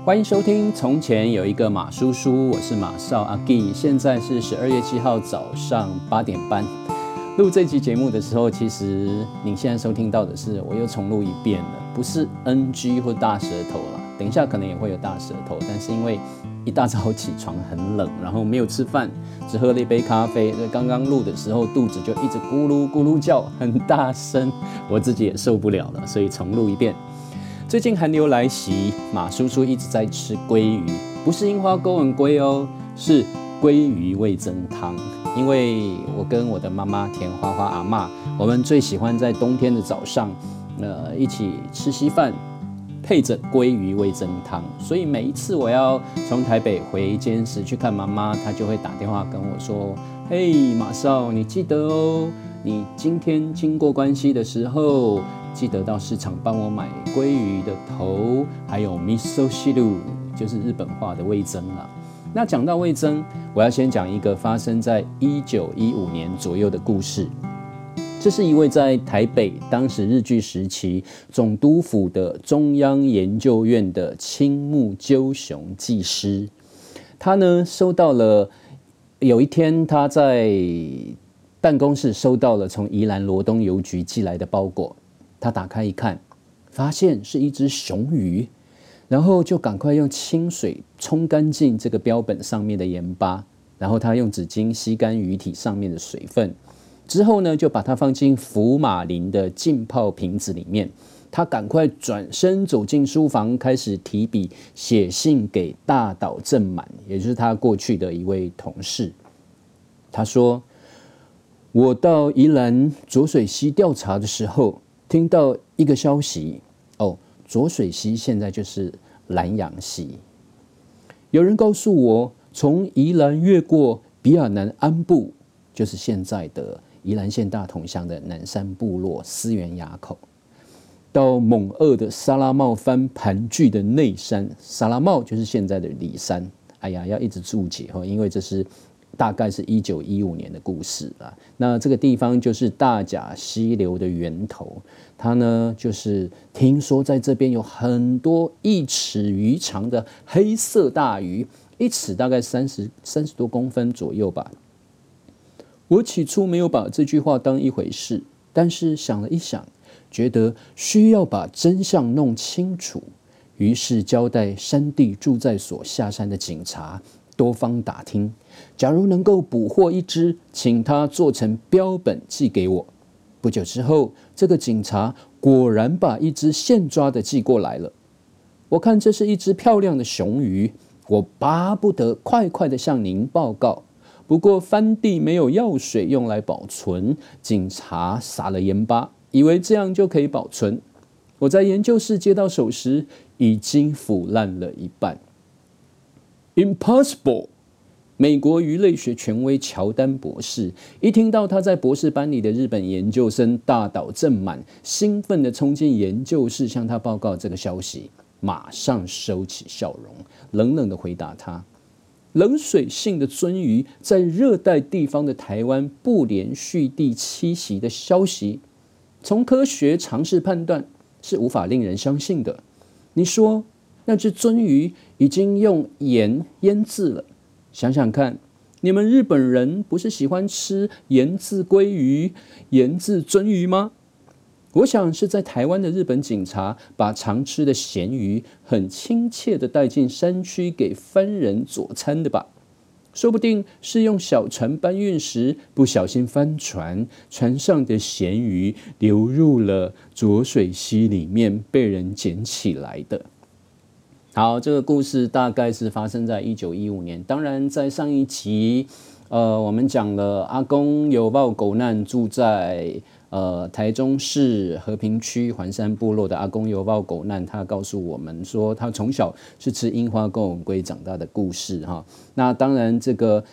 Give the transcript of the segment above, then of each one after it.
欢迎收听《从前有一个马叔叔》，我是马少阿 Gee， 现在是12月7号早上8点半。录这期节目的时候，其实你现在收听到的是我又重录一遍了，不是 NG 或大舌头啦。等一下可能也会有大舌头，但是因为一大早起床很冷，然后没有吃饭，只喝了一杯咖啡，所以刚刚录的时候肚子就一直咕噜咕噜叫，很大声，我自己也受不了了，所以重录一遍。最近寒流来袭，马叔叔一直在吃鲑鱼，不是樱花钩吻鲑哦，是鲑鱼味噌汤。因为我跟我的妈妈田花花阿嬷，我们最喜欢在冬天的早上，一起吃稀饭，配着鲑鱼味噌汤。所以每一次我要从台北回监视去看妈妈，她就会打电话跟我说：“嘿，马少，你记得哦，你今天经过关西的时候。”记得到市场帮我买鲑鱼的头，还有 miso shiru， 就是日本话的味噌啦。那讲到味噌，我要先讲一个发生在1915年左右的故事。这是一位在台北当时日据时期总督府的中央研究院的青木鸠雄技师。他呢收到了，有一天他在办公室收到了从宜兰罗东邮局寄来的包裹。他打开一看，发现是一只雄鱼，然后就赶快用清水冲干净这个标本上面的盐巴，然后他用纸巾吸干鱼体上面的水分，之后呢，就把它放进福马林的浸泡瓶子里面。他赶快转身走进书房，开始提笔写信给大岛正满，也就是他过去的一位同事。他说：“我到宜兰浊水溪调查的时候。”听到一个消息哦，浊水溪现在就是兰阳溪。有人告诉我，从宜兰越过比亚南安部，就是现在的宜兰县大同乡的南山部落思源垭口，到蒙鄂的沙拉茂藩盘踞的内山，沙拉茂就是现在的里山。哎呀，要一直注解哈，因为这是。大概是1915年的故事啦。那这个地方就是大甲溪流的源头，它呢就是听说在这边有很多1尺余长的黑色大鱼，1尺大概30多公分左右吧。我起初没有把这句话当一回事，但是想了一想，觉得需要把真相弄清楚，于是交代山地驻在所下山的警察。多方打听，假如能够捕获一只，请他做成标本寄给我。不久之后，这个警察果然把一只现抓的寄过来了。我看这是一只漂亮的雄鱼，我巴不得快快的向您报告。不过番地没有药水用来保存，警察撒了盐巴，以为这样就可以保存。我在研究室接到手时，已经腐烂了一半。Impossible！ 美国鱼类学权威乔丹博士一听到他在博士班里的日本研究生大岛正满兴奋地冲进研究室向他报告这个消息，马上收起笑容，冷冷地回答他：冷水性的鳟鱼在热带地方的台湾不连续地栖息的消息，从科学常识判断是无法令人相信的。你说那只鳟鱼已经用盐腌制了，想想看，你们日本人不是喜欢吃盐制鲑鱼、盐制鳟鱼吗？我想是在台湾的日本警察把常吃的咸鱼很亲切地带进山区给番人佐餐的吧？说不定是用小船搬运时不小心翻船，船上的咸鱼流入了浊水溪里面，被人捡起来的。好，这个故事大概是发生在1915年。当然，在上一集，我们讲了阿公有报狗难，住在台中市和平区环山部落的阿公有报狗难，他告诉我们说，他从小是吃樱花钩吻龟长大的故事哈。那当然，这个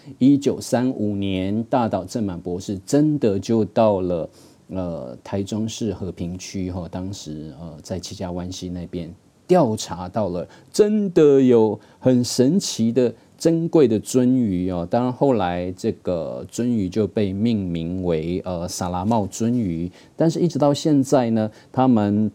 1935年，大岛正满博士真的就到了台中市和平区哈，当时在七家湾溪那边。调查到了，真的有很神奇的、珍贵的鳟鱼哦。当然，后来这个鳟鱼就被命名为萨拉茂鳟鱼。但是，一直到现在呢，他们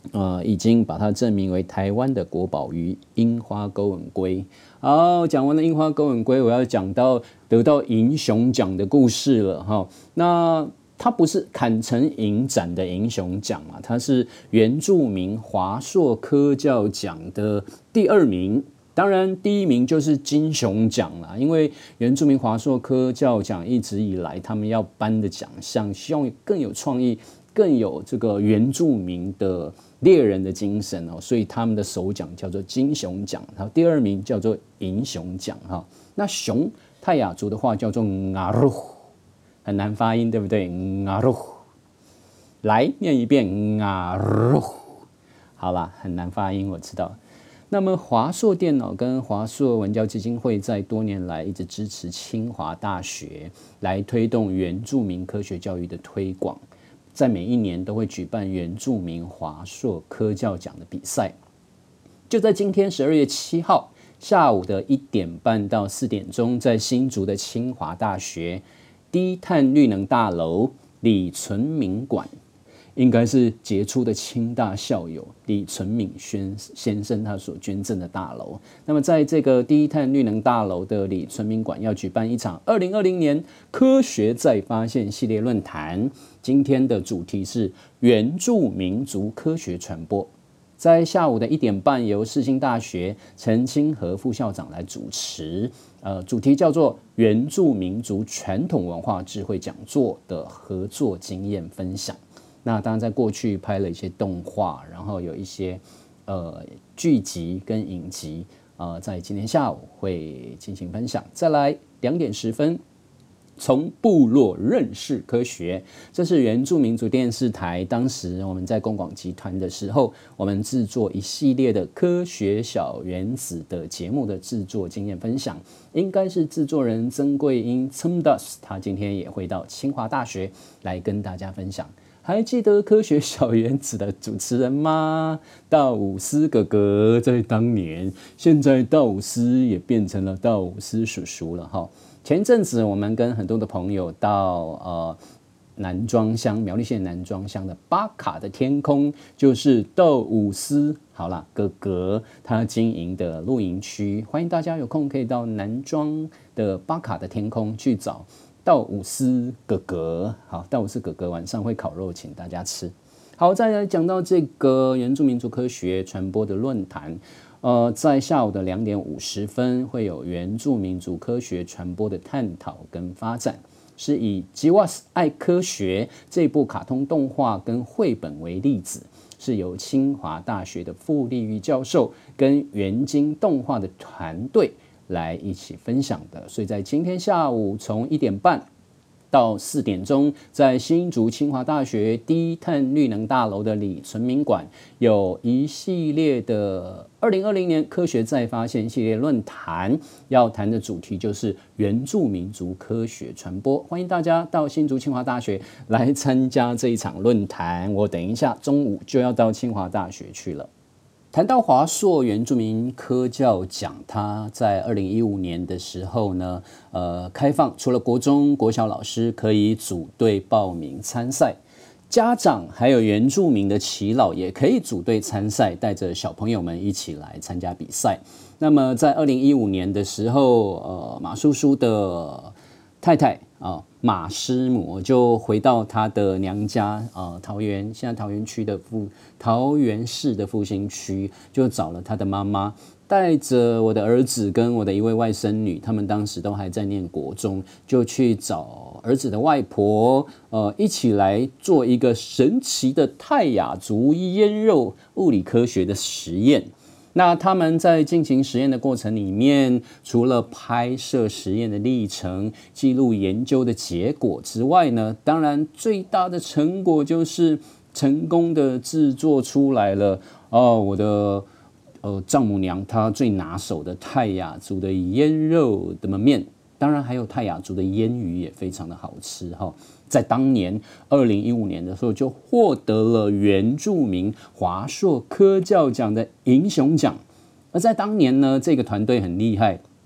已经把它证明为台湾的国宝鱼——樱花钩吻龟。好，讲完了樱花钩吻龟，我要讲到得到银熊奖的故事了哈。那它不是坎城影展的银熊奖嘛，它是原住民华硕科教奖的第2名。当然，第1名就是金熊奖啦，因为原住民华硕科教奖一直以来他们要颁的奖项，希望更有创意、更有这个原住民的猎人的精神哦，所以他们的首奖叫做金熊奖，然后第2名叫做银熊奖哈。那熊泰雅族的话叫做阿鲁，很难发音，对不对？阿鲁，来念一遍阿鲁。好啦，很难发音，我知道。那么华硕电脑跟华硕文教基金会在多年来一直支持清华大学来推动原住民科学教育的推广，在每一年都会举办原住民华硕科教奖的比赛。就在今天12月7号下午的1点半到4点钟，在新竹的清华大学低碳绿能大楼李存明馆，应该是杰出的清大校友李存敏先生他所捐赠的大楼。那么在这个低碳绿能大楼的李存敏馆要举办一场2020年科学再发现系列论坛，今天的主题是原住民族科学传播。在下午的1点半，由世新大学陈清和副校长来主持，主题叫做原住民族传统文化智慧讲座的合作经验分享。那当然，在过去拍了一些动画，然后有一些剧集跟影集，在今天下午会进行分享。再来2点10分，从部落认识科学，这是原住民族电视台当时我们在公广集团的时候，我们制作一系列的科学小原子的节目的制作经验分享，应该是制作人曾桂英 Tsumdas， 他今天也会到清华大学来跟大家分享。还记得科学小原子的主持人吗？道伍斯哥哥在当年，现在道伍斯也变成了道伍斯叔叔了哈。前阵子我们跟很多的朋友到南庄乡苗栗县南庄乡的巴卡的天空，就是道伍斯好啦哥哥他经营的露营区，欢迎大家有空可以到南庄的巴卡的天空去找道伍斯哥哥。好，道伍斯哥哥晚上会烤肉请大家吃。好，再来讲到这个原住民族科学传播的论坛，在下午的2点50分会有原住民族科学传播的探讨跟发展，是以吉瓦斯爱科学这部卡通动画跟绘本为例子，是由清华大学的傅立玉教授跟元晶动画的团队来一起分享的。所以在今天下午从1点半到4点钟，在新竹清华大学低碳绿能大楼的李存明馆，有一系列的2020年科学再发现系列论坛，要谈的主题就是原住民族科学传播。欢迎大家到新竹清华大学来参加这一场论坛。我等一下中午就要到清华大学去了。谈到华硕原住民科教奖，它在2015年的时候呢，开放除了国中、国小老师可以组队报名参赛，家长还有原住民的耆老也可以组队参赛，带着小朋友们一起来参加比赛。那么在2015年的时候，马叔叔的太太马师母就回到她的娘家桃园，现在桃园市的复兴区，就找了她的妈妈，带着我的儿子跟我的一位外甥女，他们当时都还在念国中，就去找儿子的外婆，一起来做一个神奇的泰雅族腌肉物理科学的实验。那他们在进行实验的过程里面，除了拍摄实验的历程、记录研究的结果之外呢，当然最大的成果就是成功的制作出来了我的丈母娘她最拿手的泰雅族的腌肉的焖面，当然还有泰雅族的腌鱼也非常的好吃哈。在当年2015年的时候，就获得了原住民华硕科教奖的银熊奖。而在当年呢，这个团队很厉害，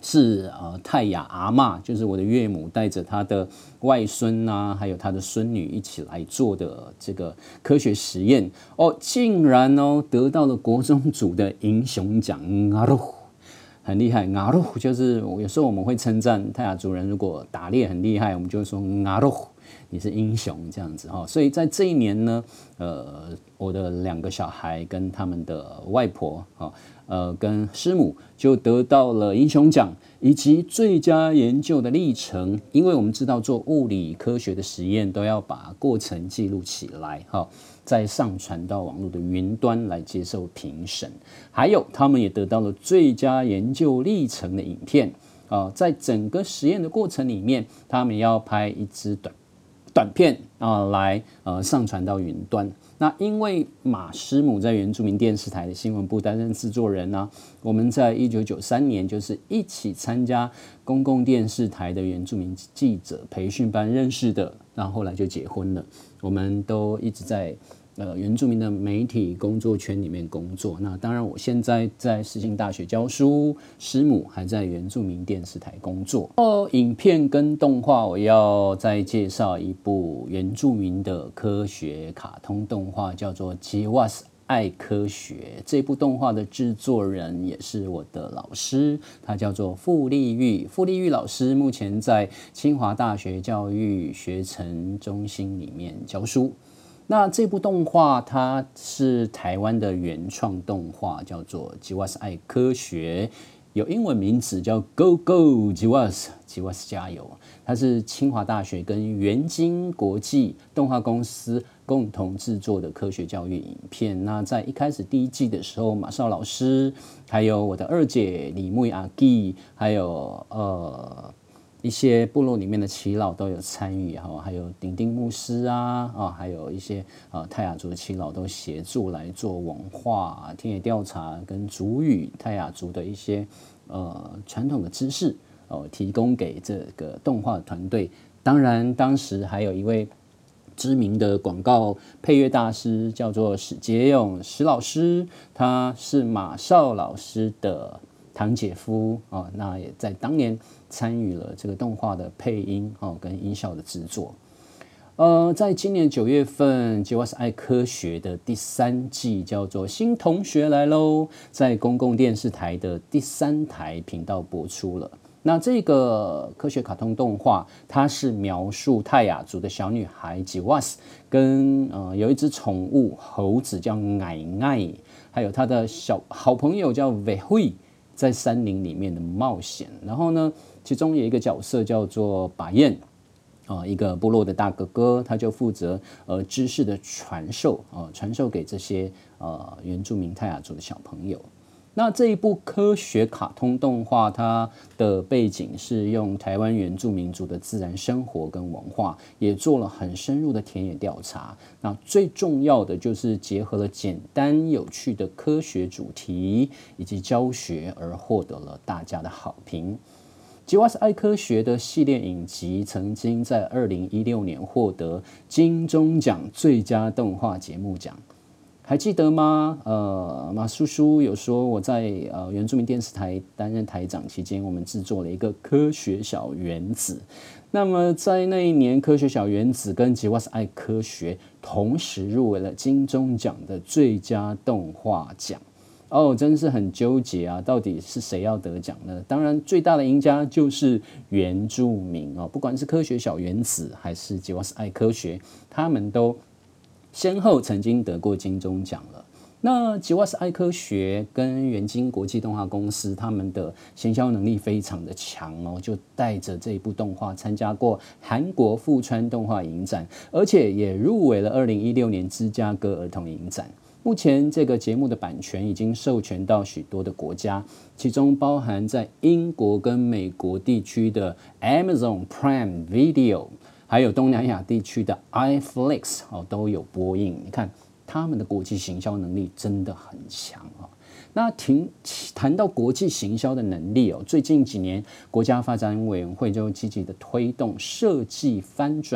是泰雅阿嬷，就是我的岳母带着她的外孙啊，还有她的孙女一起来做的这个科学实验竟然得到了国中组的英雄奖很厉害。就是有时候我们会称赞泰雅族人，如果打猎很厉害，我们就会说你是英雄这样子所以在这一年呢，我的2个小孩跟他们的外婆跟师母就得到了英雄奖以及最佳研究的历程。因为我们知道做物理科学的实验都要把过程记录起来再上传到网络的云端来接受评审。还有他们也得到了最佳研究历程的影片在整个实验的过程里面，他们要拍一支短片来上传到云端。那因为马师母在原住民电视台的新闻部担任制作人我们在1993年就是一起参加公共电视台的原住民记者培训班认识的，然后后来就结婚了。我们都一直在原住民的媒体工作圈里面工作。那当然我现在在世新大学教书，师母还在原住民电视台工作。影片跟动画我要再介绍一部原住民的科学卡通动画，叫做吉瓦斯爱科学。这部动画的制作人也是我的老师，他叫做傅立玉老师，目前在清华大学教育学程中心里面教书。那这部动画它是台湾的原创动画，叫做吉瓦斯爱科学，有英文名字叫 Go Go 吉瓦斯加油。它是清华大学跟元晶国际动画公司共同制作的科学教育影片。那在一开始第1季的时候，马少老师，还有我的2姐李木阿基，还有一些部落里面的耆老都有参与还有丁丁牧师还有一些泰雅族的耆老都协助来做文化田野调查跟族语泰雅族的一些传统的知识提供给这个动画团队。当然当时还有一位知名的广告配乐大师叫做史杰勇史老师，他是马少老师的堂姐夫那也在当年参与了这个动画的配音跟音效的制作。在今年9月份，吉瓦斯爱科学的第3季叫做新同学来喽，在公共电视台的第3台频道播出了。那这个科学卡通动画，它是描述泰雅族的小女孩吉瓦斯跟有一只宠物猴子叫奶奶，还有她的好朋友叫韦慧，在山林里面的冒险。然后呢，其中有一个角色叫做把彦一个部落的大哥哥，他就负责知识的传授给这些原住民泰雅族的小朋友。那这一部科学卡通动画，它的背景是用台湾原住民族的自然生活跟文化，也做了很深入的田野调查。那最重要的就是结合了简单有趣的科学主题以及教学，而获得了大家的好评。吉瓦斯爱科学的系列影集曾经在2016年获得金钟奖最佳动画节目奖，还记得吗？马叔叔有说我在原住民电视台担任台长期间，我们制作了一个科学小原子。那么在那一年，科学小原子跟吉瓦斯爱科学同时入围了金钟奖的最佳动画奖。真是很纠结到底是谁要得奖呢？当然最大的赢家就是原住民不管是科学小原子还是吉瓦斯爱科学，他们都先后曾经得过金钟奖了。那吉瓦斯爱科学跟元晶国际动画公司，他们的行销能力非常的强就带着这一部动画参加过韩国富川动画影展，而且也入围了2016年芝加哥儿童影展。目前这个节目的版权已经授权到许多的国家，其中包含在英国跟美国地区的 Amazon Prime Video， 还有东南亚地区的 iFlix 都有播映。你看他们的国际行销能力真的很强那谈到国际行销的能力最近几年国家发展委员会就积极的推动设计翻转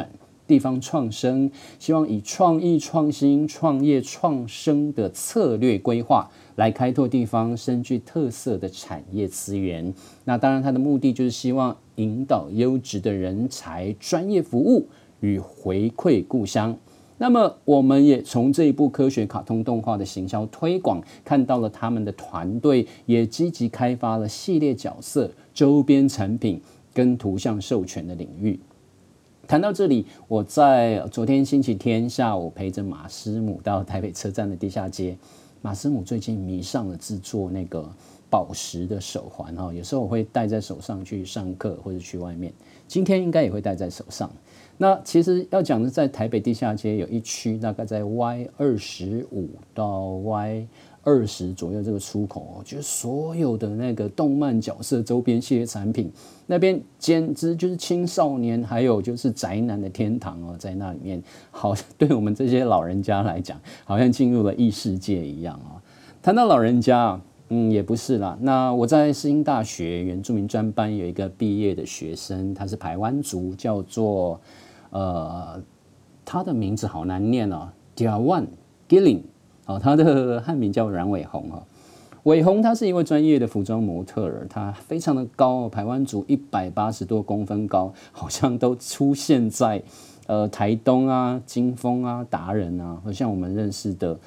地方创生，希望以创意创新、创业创生的策略规划来开拓地方深具特色的产业资源。那当然，它的目的就是希望引导优质的人才、专业服务与回馈故乡。那么，我们也从这一部科学卡通动画的行销推广，看到了他们的团队也积极开发了系列角色、周边产品跟图像授权的领域。谈到这里，我在昨天星期天下午陪着马师母到台北车站的地下街。马师母最近迷上了制作那个宝石的手环，有时候我会戴在手上去上课或者去外面，今天应该也会戴在手上。那其实要讲的，在台北地下街有一区，大概在 Y25 到 Y20左右这个出口，就是所有的那个动漫角色周边系列产品，那边简直就是青少年还有就是宅男的天堂哦，在那里面，好对我们这些老人家来讲，好像进入了异世界一样啊。谈到老人家，也不是啦。那我在世新大学原住民专班有一个毕业的学生，他是排湾族，叫做他的名字好难念哦 ，Diawan Gilling， 他的汉名叫阮伟宏哈。伟宏他是一位专业的服装模特儿，他非常的高，排湾族180多公分高，好像都出现在台东啊、金峰啊、达人啊，好像我们认识的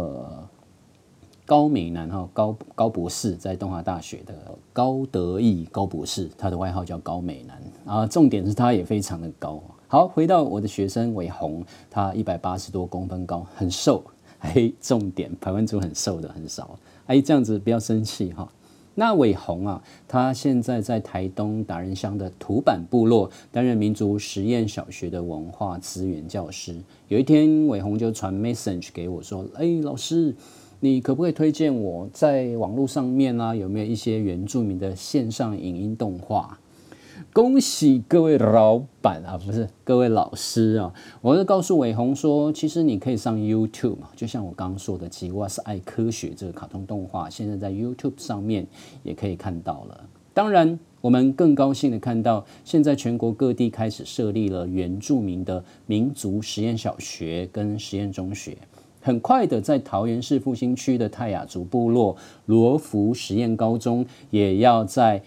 高美男高博士，在东华大学的高德义高博士，他的外号叫高美男啊。重点是他也非常的高。好，回到我的学生伟宏，他180多公分高，很瘦。重点排湾族很瘦的很少。这样子不要生气哈。那伟宏啊，他现在在台东达人乡的土坂部落担任民族实验小学的文化资源教师。有一天，伟宏就传 message 给我说：“老师，你可不可以推荐我在网络上面啊，有没有一些原住民的线上影音动画？”恭喜各位老板啊，不是各位老师啊！我就告诉伟宏说，其实你可以上 YouTube 嘛，就像我刚刚说的，吉瓦是爱科学这个卡通动画，现在在 YouTube 上面也可以看到了。当然，我们更高兴的看到，现在全国各地开始设立了原住民的民族实验小学跟实验中学。很快的，在桃园市复兴区的泰雅族部落罗浮实验高中，也要在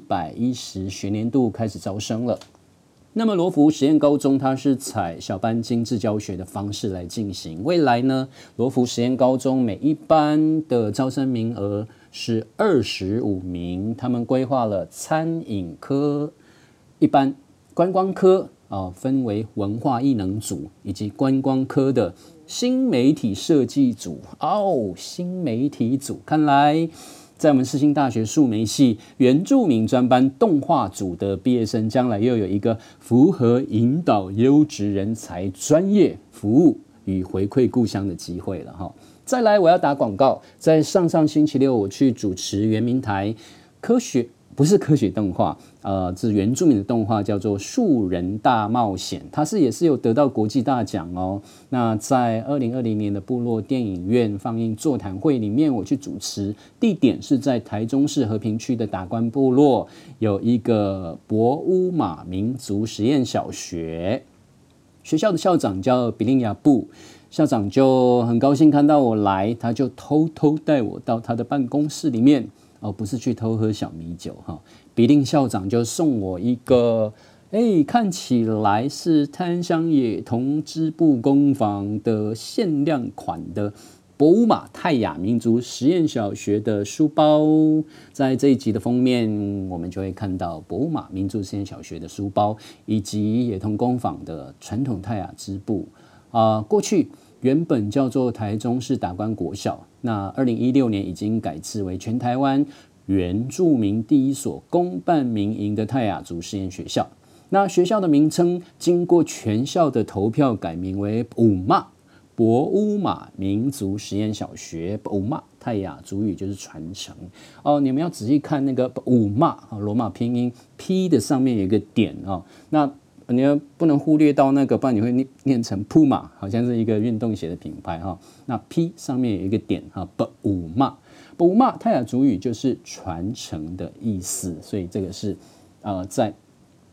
110学年度开始招生了。那么罗浮实验高中，它是采小班精致教学的方式来进行。未来呢，罗浮实验高中每一班的招生名额是25名，他们规划了餐饮科一班，观光科分为文化艺能组以及观光科的新媒体设计组新媒体组，看来在我们世新大学树媒系原住民专班动画组的毕业生，将来又有一个符合引导优质人才、专业服务与回馈故乡的机会了哈。再来，我要打广告，在上星期六我去主持原民台不是科学动画，是原住民的动画，叫做《树人大冒险》，它也是有得到国际大奖哦。那在2020年的部落电影院放映座谈会里面，我去主持，地点是在台中市和平区的达观部落，有一个博乌马民族实验小学，学校的校长叫比利亚布。校长就很高兴看到我来，他就偷偷带我到他的办公室里面。不是去偷喝小米酒哈，比令校长就送我一个，看起来是滩乡野童织布工坊的限量款的博乌马泰雅民族实验小学的书包。在这一集的封面，我们就会看到博乌马民族实验小学的书包，以及野童工坊的传统泰雅织布。过去原本叫做台中市达观国小，那2016年已经改制为全台湾原住民第一所公办民营的泰雅族实验学校。那学校的名称经过全校的投票改名为博乌马民族实验小学。博乌马泰雅族语就是传承你们要仔细看那个五马罗马拼音 P 的上面有一个点那你要不能忽略到那个，不然你会念成 Puma， 好像是一个运动鞋的品牌那 P 上面有一个点博乌马泰雅族语就是传承的意思，所以这个是在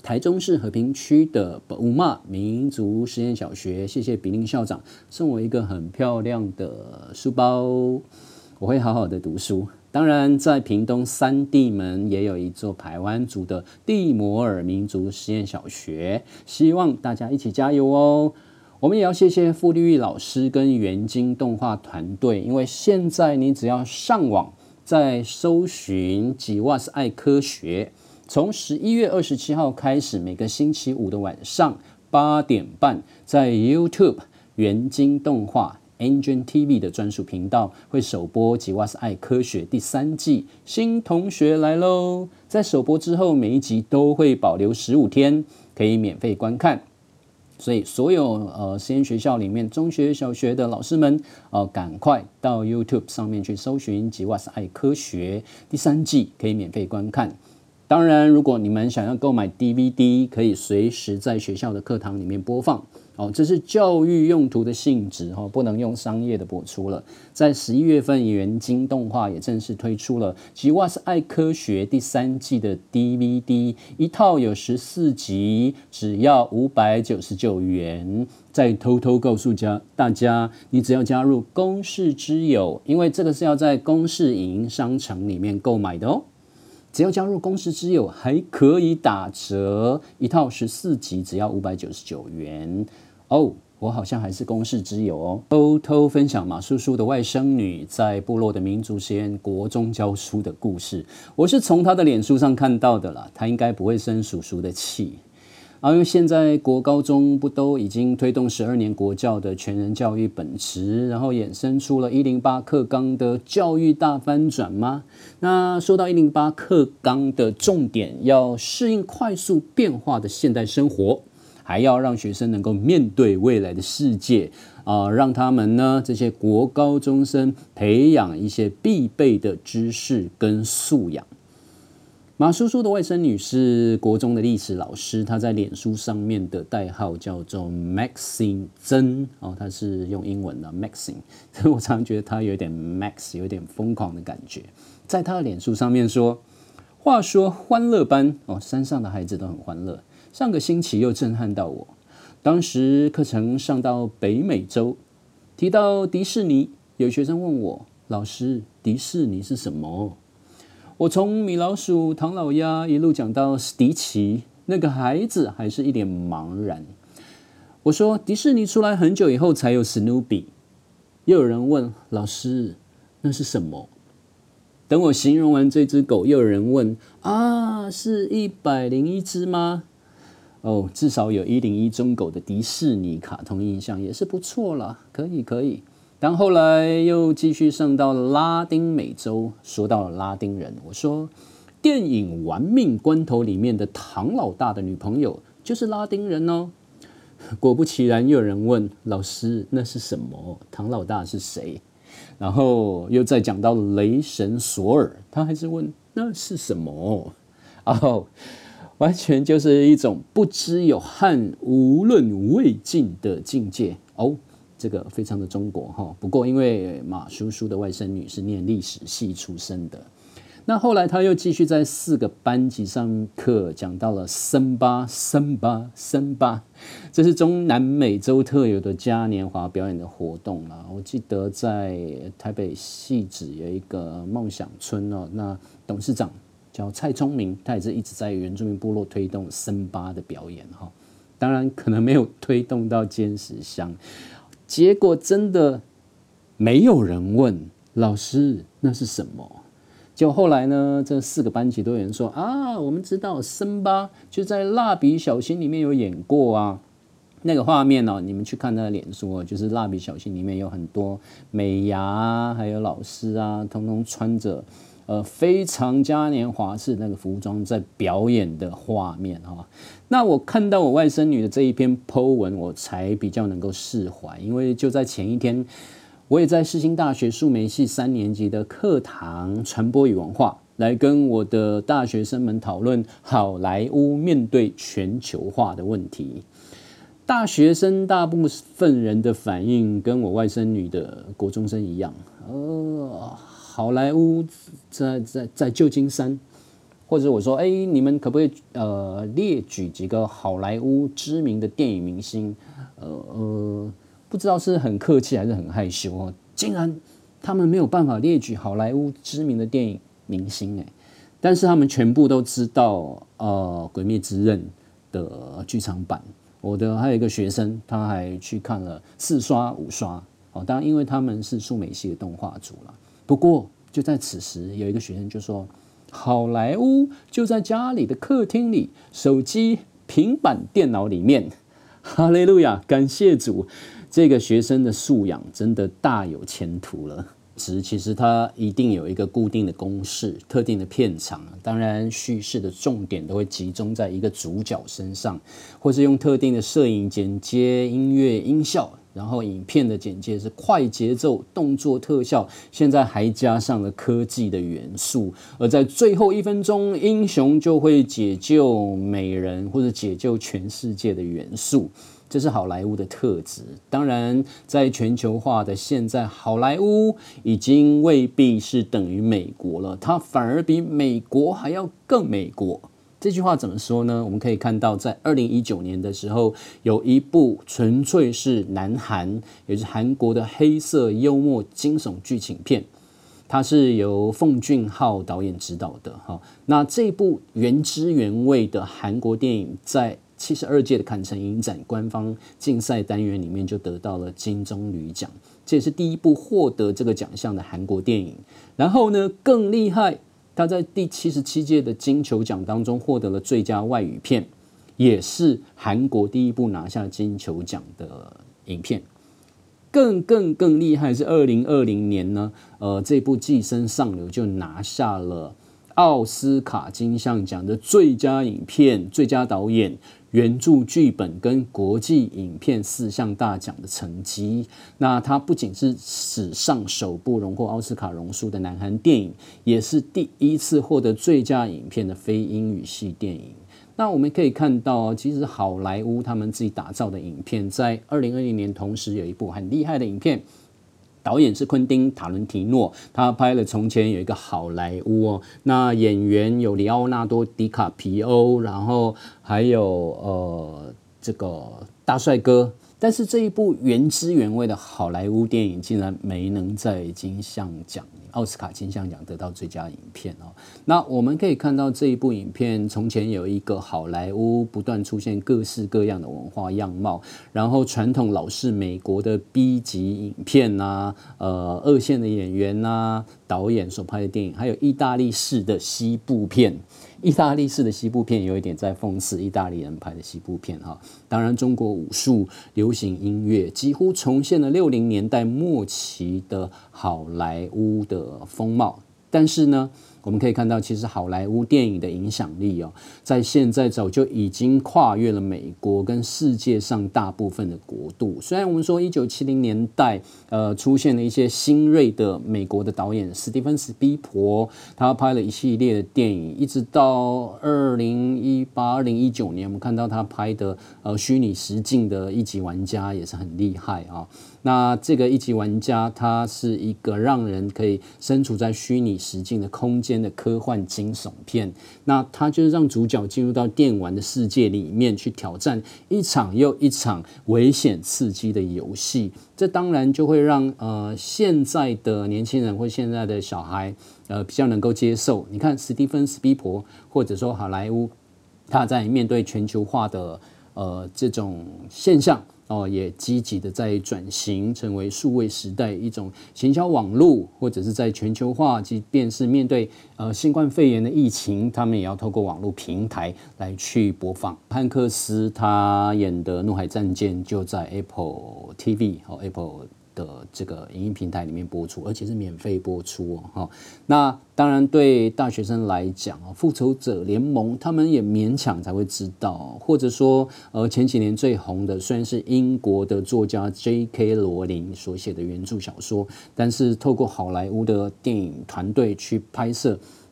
台中市和平区的五骂民族实验小学，谢谢比林校长送我一个很漂亮的书包，我会好好的读书。当然，在屏东三地门也有一座排湾族的蒂摩尔民族实验小学，希望大家一起加油哦。我们也要谢谢傅丽玉老师跟元晶动画团队，因为现在你只要上网在搜寻吉瓦斯爱科学，从11月27号开始，每个星期五的晚上8点半，在 YouTube 元晶动画 Engine TV 的专属频道会首播《吉瓦斯爱科学》第3季，新同学来喽！在首播之后，每一集都会保留15天，可以免费观看。所以所有实验学校里面中学小学的老师们赶快到 YouTube 上面去搜寻吉瓦斯爱科学第3季，可以免费观看。当然，如果你们想要购买 DVD， 可以随时在学校的课堂里面播放。这是教育用途的性质，不能用商业的播出了。在11月份，元晶动画也正式推出了《吉瓦斯爱科学》第3季的 DVD， 一套有14集，只要599元。再偷偷告诉大家，你只要加入公视之友，因为这个是要在公视影音商城里面购买的哦。只要加入公视之友，还可以打折，一套14集只要599元哦。我好像还是公视之友哦。偷偷分享马叔叔的外甥女在部落的民族实验国中教书的故事，我是从她的脸书上看到的啦，她应该不会生叔叔的气。因为现在国高中不都已经推动12年国教的全人教育本质，然后衍生出了108课纲的教育大翻转吗？那说到108课纲的重点，要适应快速变化的现代生活，还要让学生能够面对未来的世界让他们呢这些国高中生培养一些必备的知识跟素养。马叔叔的外甥女是国中的历史老师，她在脸书上面的代号叫做 Maxine 曾她是用英文的 Maxine， 我常常觉得她有点 Max， 有点疯狂的感觉。在她的脸书上面说，话说欢乐班山上的孩子都很欢乐，上个星期又震撼到我。当时课程上到北美洲，提到迪士尼，有学生问我，老师，迪士尼是什么？我从米老鼠、唐老鸭一路讲到史迪奇，那个孩子还是一脸茫然。我说迪士尼出来很久以后才有史努比。又有人问老师，那是什么？等我形容完这只狗，又有人问是101只吗？至少有101中狗的迪士尼卡通印象也是不错啦，可以。但后来又继续上到拉丁美洲，说到了拉丁人，我说电影《玩命关头》里面的唐老大的女朋友就是拉丁人哦。果不其然，又有人问老师那是什么？唐老大是谁？然后又再讲到雷神索尔，他还是问那是什么？完全就是一种不知有汉，无论魏晋的境界这个非常的中国不过因为马叔叔的外甥女是念历史系出身的，那后来他又继续在4个班级上课，讲到了森巴，这是中南美洲特有的嘉年华表演的活动啦。我记得在台北汐止有一个梦想村那董事长叫蔡聪明，他也是一直在原住民部落推动森巴的表演当然可能没有推动到尖石乡。结果真的没有人问老师那是什么。就后来呢，这4个班级都有人说我们知道森巴就在蜡笔小新里面有演过那个画面你们去看那个脸书就是蜡笔小新里面有很多美牙还有老师通通穿着非常嘉年华式那个服装在表演的画面那我看到我外甥女的这一篇 po 文，我才比较能够释怀，因为就在前一天，我也在世新大学数媒系3年级的课堂传播与文化，来跟我的大学生们讨论好莱坞面对全球化的问题。大学生大部分人的反应跟我外甥女的国中生一样，好莱坞在旧金山， 或者我说，你们可不可以列举几个好莱坞知名的电影明星？不知道是很客气还是很害羞哦，竟然他们没有办法列举好莱坞知名的电影明星但是他们全部都知道鬼灭之刃》的剧场版。还有一个学生，他还去看了4刷5刷当然因为他们是数美系的动画组啦。不过就在此时，有一个学生就说，好莱坞就在家里的客厅里，手机、平板电脑里面。哈利路亚，感谢主，这个学生的素养真的大有前途了。其实它一定有一个固定的公式、特定的片长，当然叙事的重点都会集中在一个主角身上，或是用特定的摄影剪接、音乐、音效，然后影片的简介是快节奏、动作特效，现在还加上了科技的元素，而在最后1分钟，英雄就会解救美人或者解救全世界的元素。这是好莱坞的特质。当然，在全球化的现在，好莱坞已经未必是等于美国了，它反而比美国还要更美国。这句话怎么说呢？我们可以看到，在2019年的时候，有一部纯粹是南韩，也就是韩国的黑色幽默惊悚剧情片，它是由奉俊昊导演执导的。那这部原汁原味的韩国电影，在72届的坎城影展官方竞赛单元里面就得到了金棕榈奖，这也是第一部获得这个奖项的韩国电影。然后呢，更厉害，他在第77届的金球奖当中获得了最佳外语片，也是韩国第一部拿下金球奖的影片。更厉害是2020年呢，这部《寄生上流》就拿下了奥斯卡金像奖的最佳影片、最佳导演、原著剧本跟国际影片4项大奖的成绩。那它不仅是史上首部荣获奥斯卡荣数的南韩电影，也是第一次获得最佳影片的非英语系电影。那我们可以看到，其实好莱坞他们自己打造的影片，在2020年同时有一部很厉害的影片。导演是昆汀·塔伦提诺，他拍了从前有一个好莱坞那演员有里奥纳多·迪卡皮欧，然后还有这个大帅哥。但是这一部原汁原味的好莱坞电影竟然没能在奥斯卡金像奖得到最佳影片那我们可以看到这一部影片，从前有一个好莱坞不断出现各式各样的文化样貌，然后传统老式美国的 B 级影片二线的演员导演所拍的电影，还有意大利式的西部片。意大利式的西部片有一点在讽刺意大利人拍的西部片当然，中国武术、流行音乐几乎重现了60年代末期的好莱坞的风貌。但是呢，我们可以看到，其实好莱坞电影的影响力在现在早就已经跨越了美国跟世界上大部分的国度。虽然我们说1970年代出现了一些新锐的美国的导演史蒂芬·史匹柏，他拍了一系列的电影，一直到2018、2019年，我们看到他拍的虚拟实境的一级玩家也是很厉害那这个一级玩家，它是一个让人可以身处在虚拟实境的空间的科幻惊悚片。那它就是让主角进入到电玩的世界里面去挑战一场又一场危险刺激的游戏。这当然就会让现在的年轻人或现在的小孩比较能够接受。你看史蒂芬·史匹柏或者说好莱坞，他在面对全球化的这种现象。也积极的在转型，成为数位时代一种行销网络，或者是在全球化，即便是面对新冠肺炎的疫情，他们也要透过网络平台来去播放。汉克斯他演的《怒海战舰》就在 Apple TV 和 Apple的这个影音平台里面播出，而且是免费播出那当然对大学生来讲复仇者联盟他们也勉强才会知道或者说前几年最红的虽然是英国的作家 J.K. 罗琳所写的原著小说，但是透过好莱坞的电影团队去拍摄，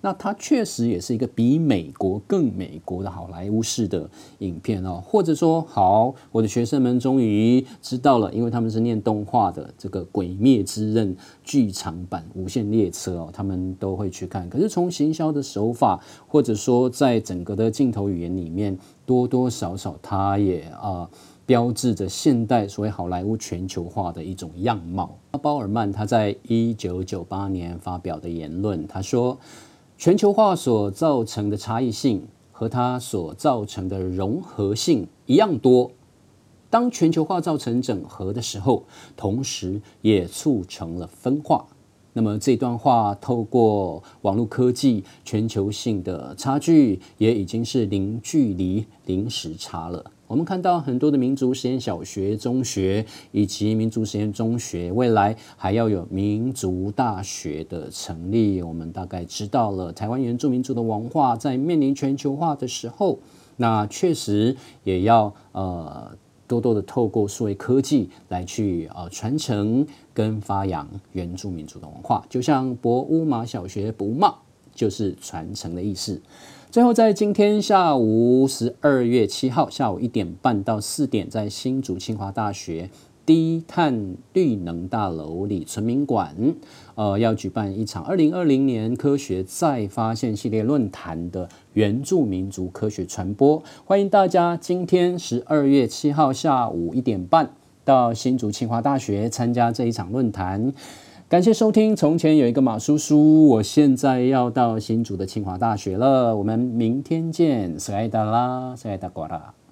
那它确实也是一个比美国更美国的好莱坞式的影片哦，或者说，好，我的学生们终于知道了，因为他们是念动画的，这个《鬼灭之刃》剧场版《无限列车》哦，他们都会去看。可是从行销的手法，或者说在整个的镜头语言里面，多多少少它也标志着现代所谓好莱坞全球化的一种样貌。鲍尔曼他在1998年发表的言论，他说，全球化所造成的差异性和它所造成的融合性一样多。当全球化造成整合的时候，同时也促成了分化。那么这段话透过网络科技全球性的差距，也已经是零距离、零时差了。我们看到很多的民族实验小学、中学以及民族实验中学，未来还要有民族大学的成立。我们大概知道了台湾原住民族的文化在面临全球化的时候，那确实也要多多的透过数位科技来去传承跟发扬原住民族的文化。就像博乌马小学不骂，就是传承的意思。最后，在今天下午12月7号下午1点半到4点，在新竹清华大学低碳绿能大楼李存明馆，要举办一场2020年科学再发现系列论坛的原住民族科学传播，欢迎大家今天12月7号下午1点半到新竹清华大学参加这一场论坛。感谢收听。从前有一个马叔叔，我现在要到新竹的清华大学了。我们明天见，塞爱达啦，塞爱达瓜啦。